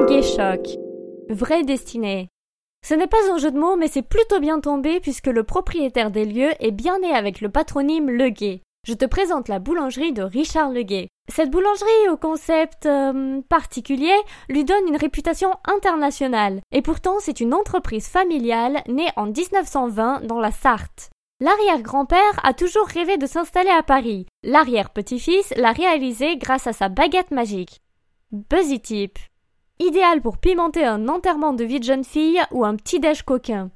Gay Choc. Vraie destinée. Ce n'est pas un jeu de mots, mais c'est plutôt bien tombé puisque le propriétaire des lieux est bien né avec le patronyme Le Gay. Je te présente la boulangerie de Richard Le Gay. Cette boulangerie au concept particulier lui donne une réputation internationale. Et pourtant, c'est une entreprise familiale née en 1920 dans la Sarthe. L'arrière-grand-père a toujours rêvé de s'installer à Paris. L'arrière-petit-fils l'a réalisé grâce à sa baguette magique. Buzzy Tip. Idéal pour pimenter un enterrement de vie de jeune fille ou un petit déj coquin.